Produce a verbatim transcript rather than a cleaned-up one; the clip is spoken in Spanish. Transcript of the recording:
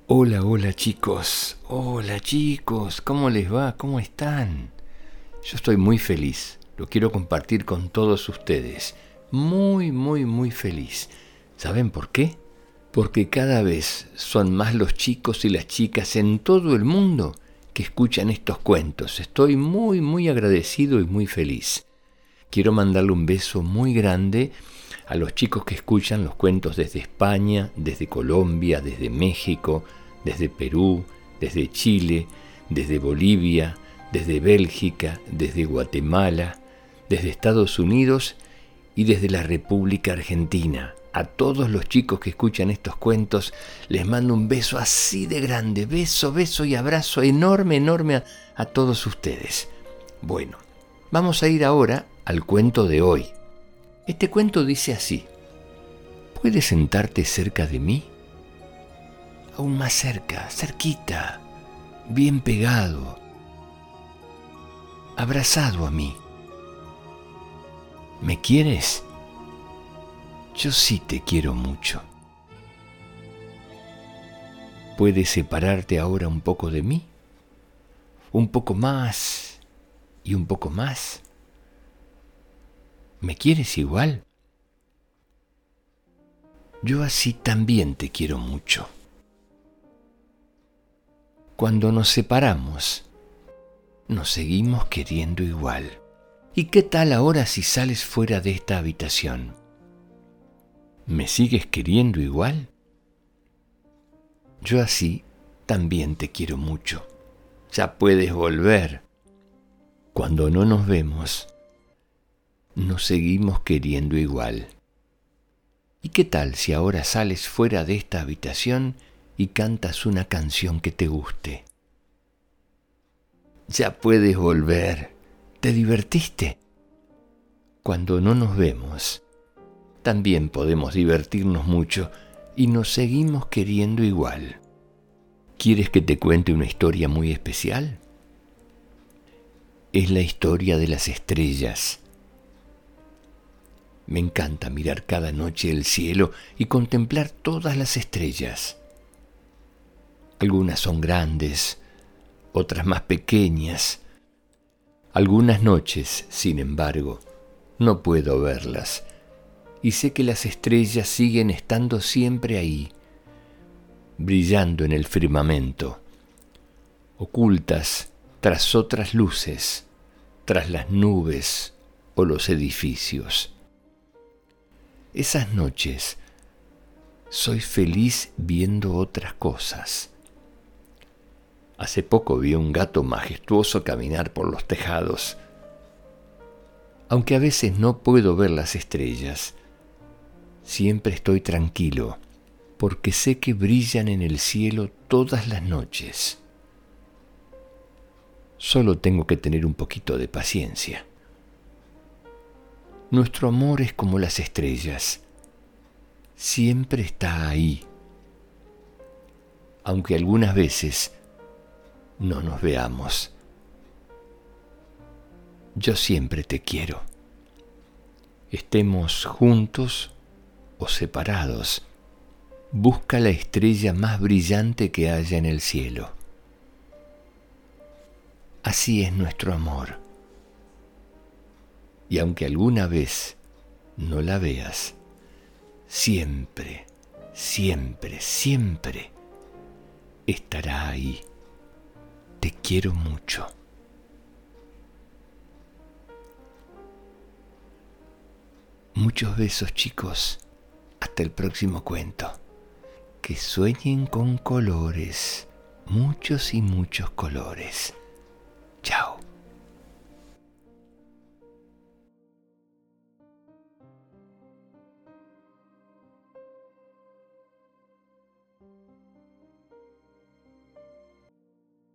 Hola, hola chicos, hola chicos, ¿cómo les va? ¿Cómo están? Yo estoy muy feliz, lo quiero compartir con todos ustedes, muy, muy, muy feliz. ¿Saben por qué? Porque cada vez son más los chicos y las chicas en todo el mundo que escuchan estos cuentos. Estoy muy, muy agradecido y muy feliz. Quiero mandarle un beso muy grande a los chicos que escuchan los cuentos desde España, desde Colombia, desde México, desde Perú, desde Chile, desde Bolivia, desde Bélgica, desde Guatemala, desde Estados Unidos y desde la República Argentina. A todos los chicos que escuchan estos cuentos les mando un beso así de grande, beso, beso y abrazo enorme, enorme a, a todos ustedes. Bueno, vamos a ir ahora al cuento de hoy. Este cuento dice así: ¿puedes sentarte cerca de mí? Aún más cerca, cerquita, bien pegado, abrazado a mí. ¿Me quieres? Yo sí te quiero mucho. ¿Puedes separarte ahora un poco de mí? Un poco más y un poco más. ¿Me quieres igual? Yo así también te quiero mucho. Cuando nos separamos, nos seguimos queriendo igual. ¿Y qué tal ahora si sales fuera de esta habitación? ¿Me sigues queriendo igual? Yo así también te quiero mucho. Ya puedes volver. Cuando no nos vemos, nos seguimos queriendo igual. ¿Y qué tal si ahora sales fuera de esta habitación y cantas una canción que te guste? Ya puedes volver. ¿Te divertiste? Cuando no nos vemos, también podemos divertirnos mucho y nos seguimos queriendo igual. ¿Quieres que te cuente una historia muy especial? Es la historia de las estrellas. Me encanta mirar cada noche el cielo y contemplar todas las estrellas. Algunas son grandes, otras más pequeñas. Algunas noches, sin embargo, no puedo verlas, y sé que las estrellas siguen estando siempre ahí, brillando en el firmamento, ocultas tras otras luces, tras las nubes o los edificios. Esas noches soy feliz viendo otras cosas. Hace poco vi un gato majestuoso caminar por los tejados. Aunque a veces no puedo ver las estrellas, siempre estoy tranquilo porque sé que brillan en el cielo todas las noches. Solo tengo que tener un poquito de paciencia. Nuestro amor es como las estrellas. Siempre está ahí. Aunque algunas veces no nos veamos. Yo siempre te quiero. Estemos juntos o separados. Busca la estrella más brillante que haya en el cielo. Así es nuestro amor. Y aunque alguna vez no la veas, siempre, siempre, siempre estará ahí. Te quiero mucho. Muchos besos, chicos. Hasta el próximo cuento. Que sueñen con colores, muchos y muchos colores. Chao.